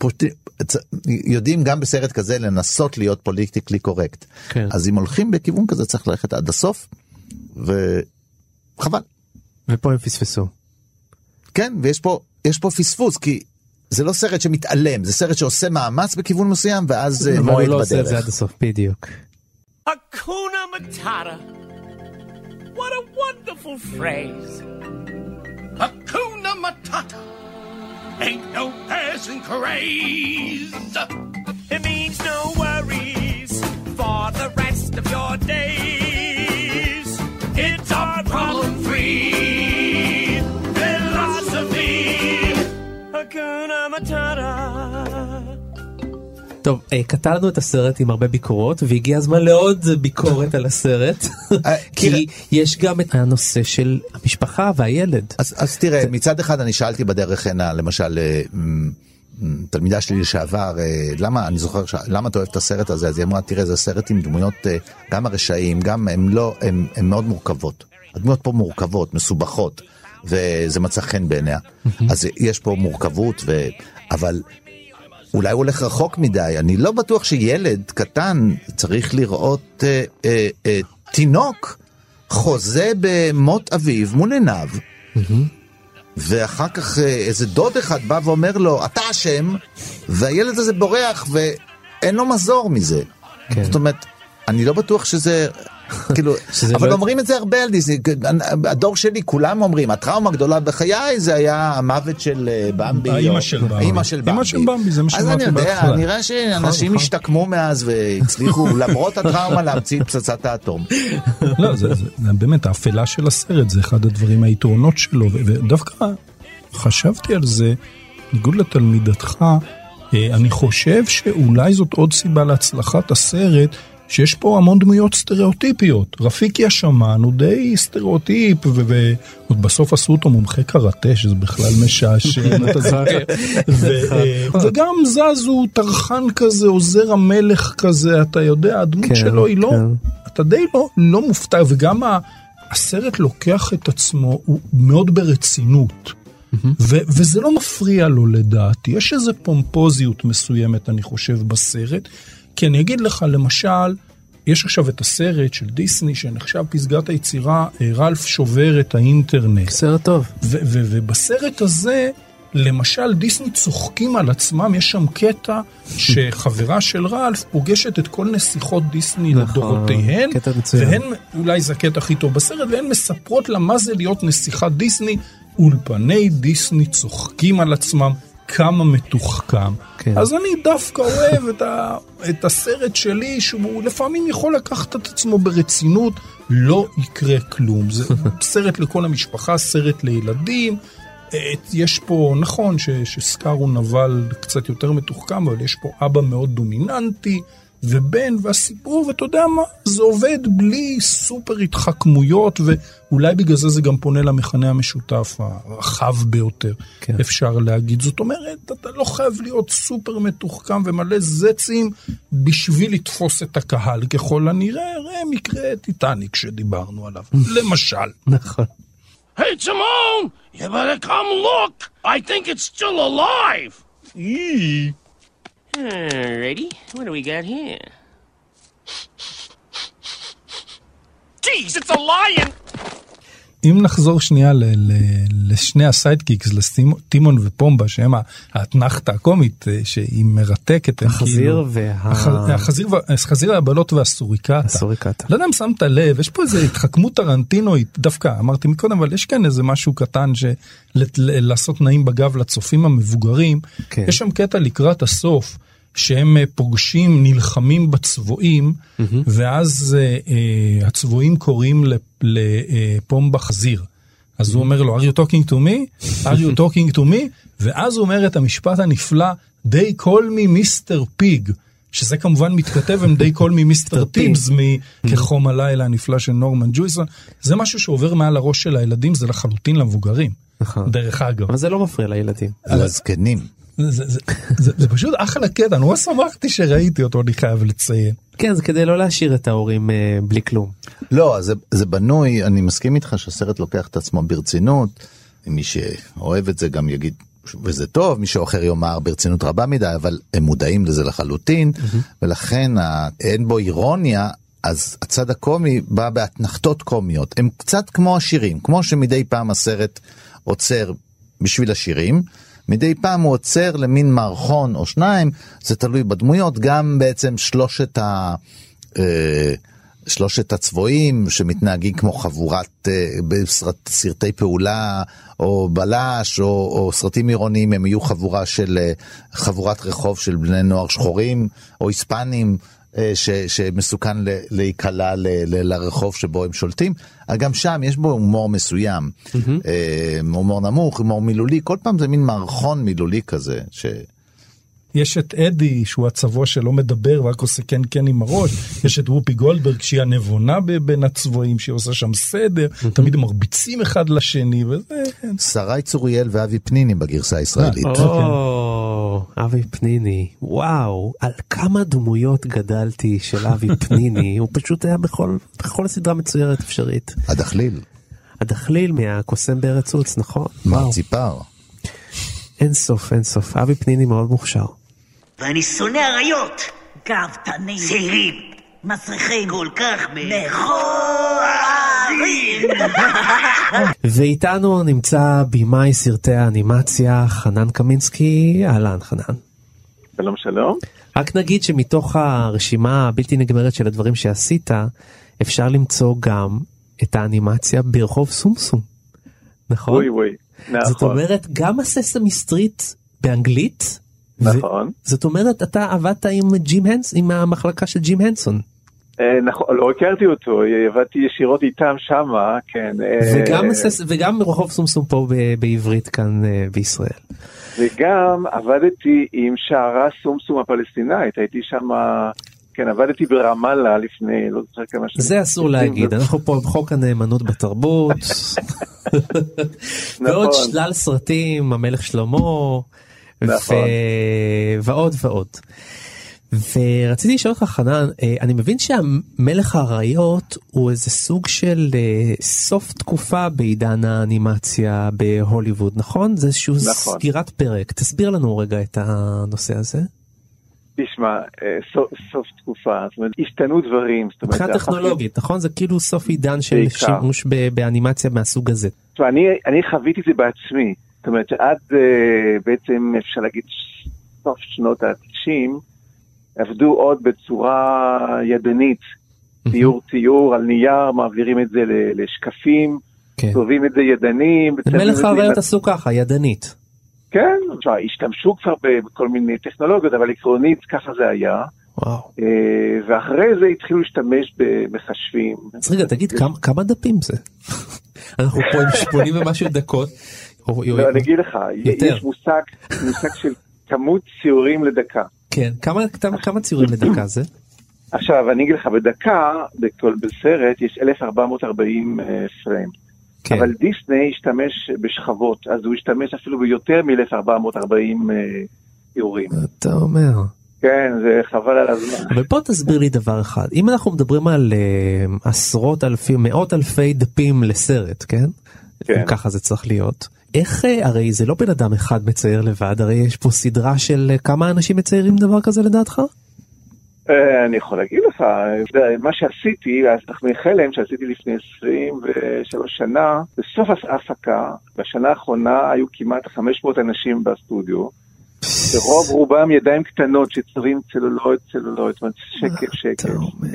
יודעים גם בסרט כזה לנסות להיות פוליטיקלי קורקט. אז אם הולכים בכיוון כזה, צריך ללכת עד הסוף, וחבל. ופה הם פספסו. כן, ויש פה, יש פה פספוס, כי זה לא סרט שמתעלם, זה סרט שעושה מאמץ בכיוון מסוים, ואז מועד בדרך. אבל הוא לא עושה את זה עד הסוף, בדיוק. Hakuna Matata. What a wonderful phrase. Hakuna Matata. Ain't no passing craze. It means no worries for the rest of your days. It's our problem-free philosophy. Hakuna Matata. טוב, קטלנו את הסרט עם הרבה ביקורות, והגיע הזמן לעוד ביקורת על הסרט, כי יש גם את הנושא של המשפחה והילד. אז תראה, מצד אחד אני שאלתי בדרך הנה, למשל, תלמידה שלי לשעבר, למה, אני זוכר, למה אתה אוהב את הסרט הזה? אז היא אמרה, תראה, זה סרט עם דמויות, גם הרשעים, גם הם לא, הם, הם מאוד מורכבות. הדמויות פה מורכבות, מסובכות, וזה מצא חן בעיניה. אז יש פה מורכבות, ו... אבל אולי הוא הולך רחוק מדי. אני לא בטוח שילד קטן צריך לראות אה, אה, אה, תינוק חוזה במות אביו מול עיניו, ואחר כך איזה דוד אחד בא ואומר לו, אתה אשם, והילד הזה בורח ואין לו מזור מזה. כן. זאת אומרת, אני לא בטוח שזה... כאילו, אבל אומרים את זה הרבה על דיסני, הדור שלי כולם אומרים, הטראומה הגדולה בחיי זה היה המוות של במבי, האמא של במבי, האמא של במבי, זה מה אז אני יודע, נראה שאנשים השתקמו מאז והצליחו למרות הטראומה להמציא פצצת האטום. לא, זה באמת האפלה של הסרט, זה אחד הדברים היתרונות שלו, ודווקא חשבתי על זה, ניגוד לתלמידתך, אני חושב שאולי זאת עוד סיבה להצלחת הסרט, שיש פה המון דמויות סטריאוטיפיות. רפיקי השמן הוא די סטריאוטיפ, ועוד בסוף עשו אותו מומחה קראטה, שזה בכלל משעשן, אתה זוכר. וגם זז הוא טרחן כזה, עוזר המלך כזה, אתה יודע, הדמות שלו היא לא, אתה די לא מופתע, וגם הסרט לוקח את עצמו, הוא מאוד ברצינות. וזה לא מפריע לו לדעתי. יש איזו פומפוזיות מסוימת, אני חושב, בסרט, כי אני אגיד לך, למשל, יש עכשיו את הסרט של דיסני, שנחשב פסגת היצירה, רלף שובר את האינטרנט. סרט טוב. ובסרט הזה, למשל, דיסני צוחקים על עצמם, יש שם קטע שחברה של רלף פוגשת את כל נסיכות דיסני לדורותיהן, והן, אולי זה הקטע הכי טוב בסרט, והן מספרות לה מה זה להיות נסיכת דיסני, אולפני דיסני צוחקים על עצמם, כמה מתוחכם. כן. אז אני דווקא אוהב את, ה, את הסרט שלי, שהוא לפעמים יכול לקחת את עצמו ברצינות, לא יקרה כלום. זה סרט לכל המשפחה, סרט לילדים. יש פה, נכון, ש, שסקאר הוא נבל קצת יותר מתוחכם, אבל יש פה אבא מאוד דומיננטי, ובן, והסיפור, ואתה יודע מה, זה עובד בלי סופר התחכמויות, ואולי בגלל זה זה גם פונה למכנה המשותף הרחב ביותר, כן. אפשר להגיד. זאת אומרת, אתה לא חייב להיות סופר מתוחכם ומלא זצים, בשביל לתפוס את הקהל, ככל הנראה, ראה מקרה טיטניק שדיברנו עליו, למשל. נכון. Hey, Timon, you better come look. I think it's still alive. Eee. Alrighty, what do we got here? Jeez, it's a lion! אם נחזור שנייה ל- ל- לשני הסיידקיקס, לטימון ופומבה, שהם האתנחתה הקומית שהיא מרתקת. החזיר וה... החזיר, החזיר הבלות והסוריקטה. הסוריקטה. לא יודע אם שמת לב, יש פה איזו התחכמות טרנטינואית, דווקא אמרתי מקודם, אבל יש כאן איזה משהו קטן של לעשות נעים בגב לצופים המבוגרים. כן. יש שם קטע לקראת הסוף, שהם פוגשים, נלחמים בצבועים, mm-hmm. ואז uh, הצבועים קוראים לפומבה חזיר. אז mm-hmm. הוא אומר לו, are you talking to me? are you talking to me? ואז הוא אומר את המשפט הנפלא, they call me מיסטר Pig, שזה כמובן מתכתב עם they call me מיסטר Tibbs, מכחום הלילה הנפלא של נורמן ג'ויסון. זה משהו שעובר מעל הראש של הילדים, זה לחלוטין למבוגרים. נכון. דרך אגב. אבל זה לא מפריע לילדים. על הזקנים. זה, זה, זה, זה, זה פשוט אחלה קטע, אני לא שמחתי שראיתי אותו, אני חייב לציין. כן, זה כדי לא להשאיר את ההורים אה, בלי כלום. לא, זה, זה בנוי, אני מסכים איתך שהסרט לוקח את עצמו ברצינות, מי שאוהב את זה גם יגיד, וזה טוב, מי שאוחר יאמר ברצינות רבה מדי, אבל הם מודעים לזה לחלוטין, mm-hmm. ולכן אין בו אירוניה, אז הצד הקומי בא בהתנחתות קומיות, הם קצת כמו השירים, כמו שמדי פעם הסרט עוצר בשביל השירים, מדי פעם הוא עוצר למין מערכון או שניים, זה תלוי בדמויות, גם בעצם שלושת, ה, אה, שלושת הצבועים שמתנהגים כמו חבורת, אה, בסרטי פעולה או בלש או, או סרטים עירוניים, הם יהיו חבורה של, אה, חבורת רחוב של בני נוער שחורים או היספנים, ש, שמסוכן להיקלה ל, ל, לרחוב שבו הם שולטים, גם שם יש בו הומור מסוים, mm-hmm. הומור נמוך, הומור מילולי, כל פעם זה מין מערכון מילולי כזה. ש... יש את אדי, שהוא הצבוע שלא מדבר, רק עושה כן כן עם הראש. יש את וופי גולדברג, שהיא הנבונה בין הצבועים, שהיא עושה שם סדר. תמיד הם מרביצים אחד לשני, וזה... שרי צוריאל ואבי פניני בגרסה הישראלית. או, אבי פניני. וואו, על כמה דמויות גדלתי של אבי פניני. הוא פשוט היה בכל סדרה מצוירת אפשרית. הדחליל. הדחליל מהקוסם בארץ עוץ, נכון? מרציפר. אין סוף, אין סוף. אבי פניני מאוד מוכשר. ואני שונא אריות. גאוותנים. שעירים. מסריחים. כל כך מכוערים. ואיתנו נמצא בימאי סרטי האנימציה, חנן קמינסקי. אהלן, חנן. שלום, שלום. רק נגיד שמתוך הרשימה הבלתי נגמרת של הדברים שעשית, אפשר למצוא גם את האנימציה ברחוב סומסום. נכון? ווי ווי. נכון. זאת אומרת, גם הססמי סטריט באנגלית. נכון. זאת אומרת, אתה עבדת עם ג'ים הנס, עם המחלקה של ג'ים הנסון. נכון, לא הכרתי אותו, עבדתי ישירות איתם שמה, כן. וגם ברחוב סומסום פה בעברית כאן בישראל. וגם עבדתי עם שערה סומסום הפלסטינאית, הייתי שמה... כן, עבדתי ברמאללה לפני, לא זוכר כמה שנים. זה אסור להגיד, אנחנו פה בחוק הנאמנות בתרבות, ועוד שלל סרטים, המלך שלמה, ועוד ועוד. ורציתי לשאול אותך, חנן, אני מבין שהמלך האריות הוא איזה סוג של סוף תקופה בעידן האנימציה בהוליווד, נכון? זה איזשהו סגירת פרק. תסביר לנו רגע את הנושא הזה. תשמע, סוף, סוף תקופה, זאת אומרת, השתנו דברים. מבחינה טכנולוגית, נכון? זה כאילו סוף עידן של בעיקר. שימוש באנימציה מהסוג הזה. תשמע, אני, אני חוויתי את זה בעצמי. זאת אומרת, שעד בעצם, אפשר להגיד, סוף שנות ה-תשעים, עבדו עוד בצורה ידנית. ציור ציור על נייר, מעבירים את זה לשקפים, טובים את זה ידנים. מלך האריות עשו ככה, ידנית. כן, השתמשו כבר בכל מיני טכנולוגיות, אבל עקרונית ככה זה היה. וואו. ואחרי זה התחילו להשתמש במחשבים. אז רגע, תגיד, כמה דפים זה? אנחנו פה עם שמונים ומשהו דקות. לא, אני אגיד לך, יש מושג של כמות ציורים לדקה. כן, כמה ציורים לדקה זה? עכשיו, אני אגיד לך, בדקה, בסרט, יש אלף ארבע מאות וארבעים פריים. כן. אבל דיסני השתמש בשכבות, אז הוא השתמש אפילו ביותר מ-אלף ארבע מאות וארבעים איורים. אתה אומר. כן, זה חבל על הזמן. אבל פה תסביר לי דבר אחד. אם אנחנו מדברים על uh, עשרות אלפים, מאות אלפי דפים לסרט, כן? כן. ככה זה צריך להיות. איך, הרי זה לא בן אדם אחד מצייר לבד, הרי יש פה סדרה של כמה אנשים מציירים דבר כזה לדעתך? אני יכול להגיד לך, מה שעשיתי, תחמי חלם שעשיתי לפני עשרים ושלוש שנה, בסוף ההפקה, בשנה האחרונה היו כמעט חמש מאות אנשים בסטודיו, ורוב רובם ידיים קטנות שצורים צלולויד, צלולויד, שקף, שקף.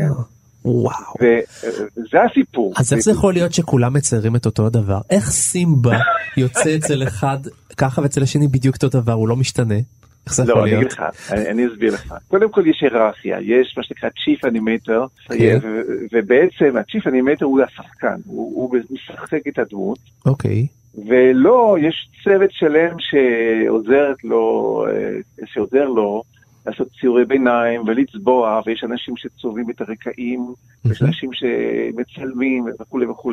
וואו. וזה הסיפור. אז איך זה יכול להיות שכולם מציירים את אותו הדבר? איך סימבה יוצא אצל אחד ככה ואצל השני בדיוק אותו דבר, הוא לא משתנה? לא, אני אגיד לך, אני אסביר לך. קודם כל יש היררכיה, יש מה שנקרא צ'יפ אנימטר, ובעצם הצ'יפ אנימטר הוא השחקן, הוא משחק את הדמות. אוקיי. ולא, יש צוות שלם שעוזרת לו, שעוזר לו לעשות ציורי ביניים ולצבוע, ויש אנשים שצובעים את הרקעים, ויש אנשים שמצלמים וכו' וכו'.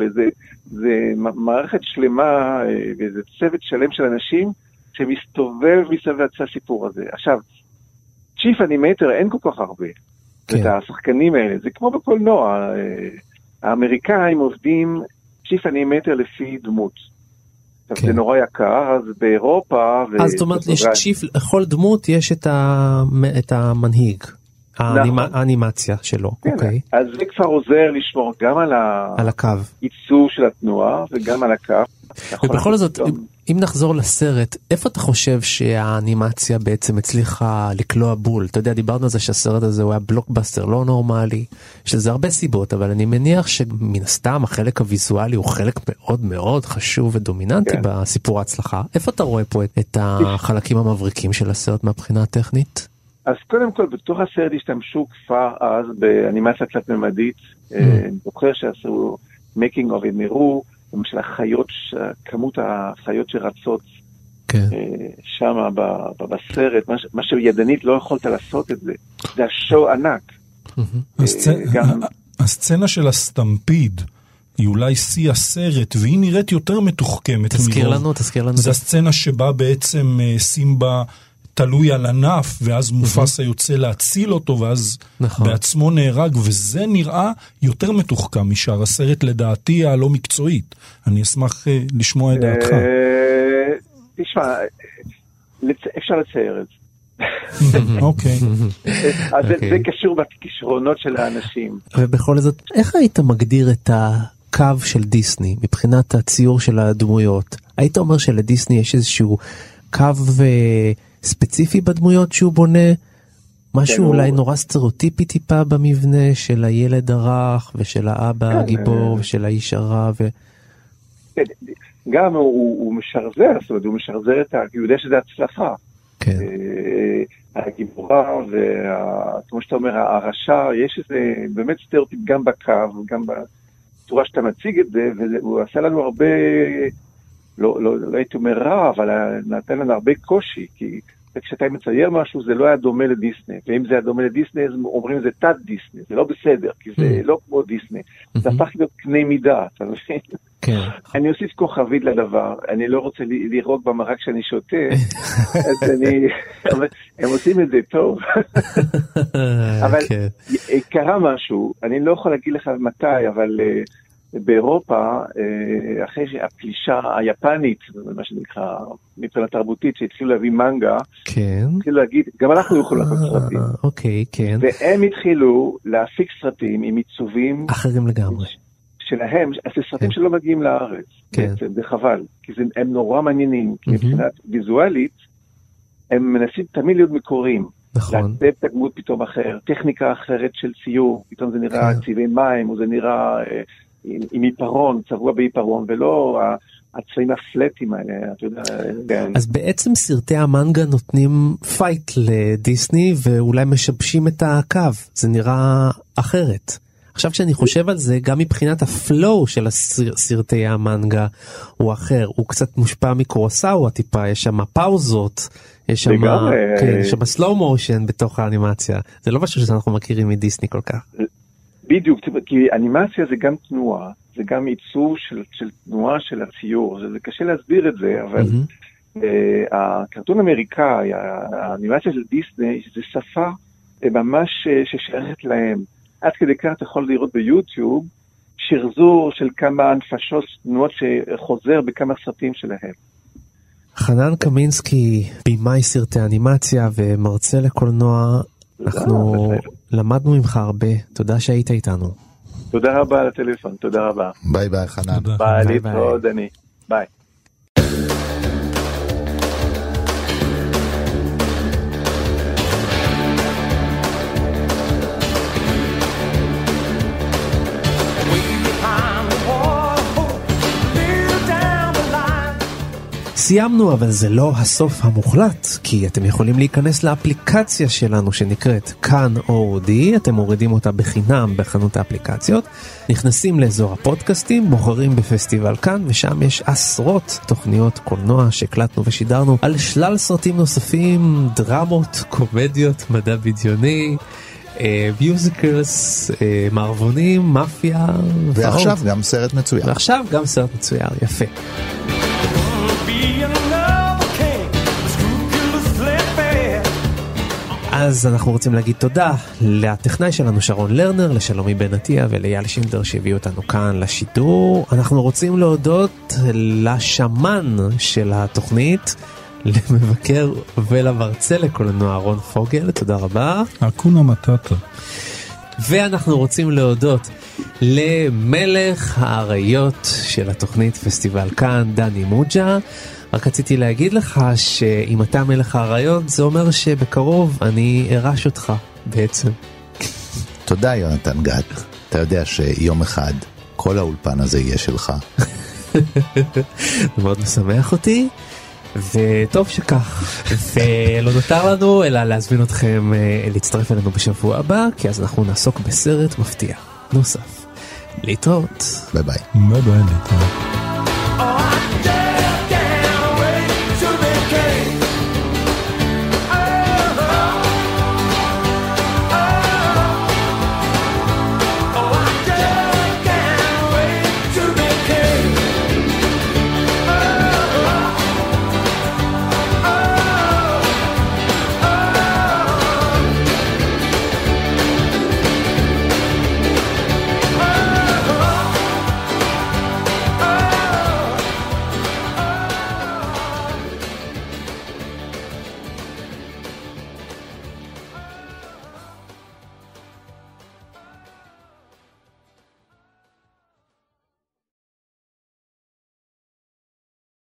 זה מערכת שלמה, וזה צוות שלם של אנשים, שמסתובב מסביב הסיפור הזה. עכשיו, צ'יפ אנימטר אין כל כך הרבה. כן. את השחקנים האלה. זה כמו בקולנוע. האמריקאים עובדים צ'יפ אנימטר לפי דמות. כן. זה נורא יקר, אז באירופה... אז זאת אומרת, יש צ'יפ, לכל דמות יש את, ה... את המנהיג. האנימ... האנימציה שלו. כן. אוקיי. אז זה כבר עוזר לשמור גם על, ה... על הקו. עיצוב של התנועה וגם על הקו. ובכל זאת, אם נחזור לסרט, איפה אתה חושב שהאנימציה בעצם הצליחה לקלוע בול? אתה יודע, דיברנו על זה שהסרט הזה הוא היה בלוקבאסטר לא נורמלי, שזה הרבה סיבות, אבל אני מניח שמן הסתם החלק הוויזואלי הוא חלק מאוד מאוד חשוב ודומיננטי כן. בסיפור ההצלחה. איפה אתה רואה פה את, את החלקים המבריקים של הסרט מהבחינה הטכנית? אז קודם כל, בתוך הסרט השתמשו כבר אז באנימציה תלת-ממדית, mm. אני זוכר שעשו making of it, נראו, למשל החיות, כמות החיות שרצות שם בסרט, מה שידנית לא יכולת לעשות את זה, זה השואו ענק. הסצנה של הסטמפיד היא אולי שיא הסרט, והיא נראית יותר מתוחכמת. תזכיר לנו, תזכיר לנו. זו הסצנה שבה בעצם סימבה תלוי על ענף, ואז מופסה יוצא להציל אותו, ואז בעצמו נהרג, וזה נראה יותר מתוחכם משאר הסרט, לדעתי הלא מקצועית. אני אשמח לשמוע את דעתך. תשמע, אפשר לצייר את זה. אוקיי. אז זה קשור בכישרונות של האנשים. ובכל זאת, איך היית מגדיר את הקו של דיסני, מבחינת הציור של הדמויות? היית אומר שלדיסני יש איזשהו קו ספציפי בדמויות שהוא בונה? משהו אולי נורא סטריאוטיפי טיפה במבנה של הילד הרך ושל האבא הגיבור ושל האיש הרע ו... גם הוא משרזר, זאת אומרת, הוא משרזר את ה... הוא יודע שזה הצלחה. כן. הגיבורה, וכמו שאתה אומר, הרשע, יש איזה באמת סטריאוטיפ גם בקו, גם בצורה שאתה מציג את זה, והוא עשה לנו הרבה, לא, לא, לא הייתי אומר רע, אבל נתן לנו הרבה קושי, כי כשאתה מצייר משהו, זה לא היה דומה לדיסני, ואם זה היה דומה לדיסני, אז אומרים זה תת דיסני, זה לא בסדר, כי זה לא כמו דיסני, זה הפך להיות קנה מידה, אתה מבין? אני אוסיף כוכבית לדבר, אני לא רוצה לראות במרק שאני שותה, אז אני, הם עושים את זה טוב, אבל קרה משהו, אני לא יכול להגיד לך מתי, אבל באירופה, אחרי הפלישה היפנית, מה שנקרא, מבחינה תרבותית, שהתחילו להביא מנגה, התחילו להגיד, גם אנחנו יכולים לעשות סרטים. אוקיי, כן. והם התחילו להפיק סרטים עם עיצובים אחרים לגמרי. שלהם, זה סרטים שלא מגיעים לארץ. בעצם, זה חבל, כי הם נורא מעניינים, כי מבחינת ויזואלית, הם מנסים תמיד להיות מקוריים. נכון. לעצב תגמות פתאום אחר, טכניקה אחרת של ציור, פתאום זה נראה צבעי מים, או זה נראה... עם עיפרון, צבוע בעיפרון, ולא הצבעים הפלטים האלה, אתה יודע. אז בעצם סרטי המנגה נותנים פייט לדיסני, ואולי משבשים את הקו, זה נראה אחרת. עכשיו כשאני חושב על זה, גם מבחינת הפלואו של סרטי המנגה הוא אחר, הוא קצת מושפע מקורוסאווה טיפה, יש שם פאוזות, יש שם, כן, יש שם סלואו מושן בתוך האנימציה, זה לא משהו שאנחנו מכירים מדיסני כל כך. בדיוק, כי אנימציה זה גם תנועה, זה גם עיצוב של, של תנועה של הציור, זה, זה קשה להסביר את זה, אבל mm-hmm. uh, הקרטון האמריקאי, האנימציה של דיסני, זה שפה ממש ששייכת להם. עד כדי כך אתה יכול לראות ביוטיוב שרזור של כמה הנפשות תנועות שחוזר בכמה סרטים שלהם. חנן קמינסקי, בימאי סרטי אנימציה ומרצה לקולנוע, אנחנו למדנו ממך הרבה, תודה שהיית איתנו. תודה רבה על הטלפון, תודה רבה. ביי ביי חנן. ביי, להתראות דני, ביי. סיימנו, אבל זה לא הסוף המוחלט, כי אתם יכולים להיכנס לאפליקציה שלנו שנקראת כאן או די, אתם מורידים אותה בחינם בחנות האפליקציות, נכנסים לאזור הפודקאסטים, בוחרים בפסטיבל כאן, ושם יש עשרות תוכניות קולנוע שהקלטנו ושידרנו על שלל סרטים נוספים, דרמות, קומדיות, מדע בדיוני, מיוזיקלס, מערבונים, מאפיה, ועכשיו גם סרט מצויר. ועכשיו גם סרט מצויר, יפה. אז אנחנו רוצים להגיד תודה לטכנאי שלנו שרון לרנר, לשלומי בן עטיה ולאייל שינדר שהביאו אותנו כאן לשידור. אנחנו רוצים להודות לשמן של התוכנית, למבקר ולמרצה לקולנוע רון פוגל, תודה רבה. אקונה מטאטה. ואנחנו רוצים להודות למלך האריות של התוכנית פסטיבל כאן, דני מוג'ה. רק רציתי להגיד לך שאם אתה מלך האריות, זה אומר שבקרוב אני ארש אותך בעצם. תודה יונתן גת. אתה יודע שיום אחד כל האולפן הזה יהיה שלך. זה מאוד משמח אותי, וטוב שכך. ולא נותר לנו אלא להזמין אתכם להצטרף אלינו בשבוע הבא, כי אז אנחנו נעסוק בסרט מפתיע נוסף. להתראות. ביי ביי. ביי ביי, להתראות.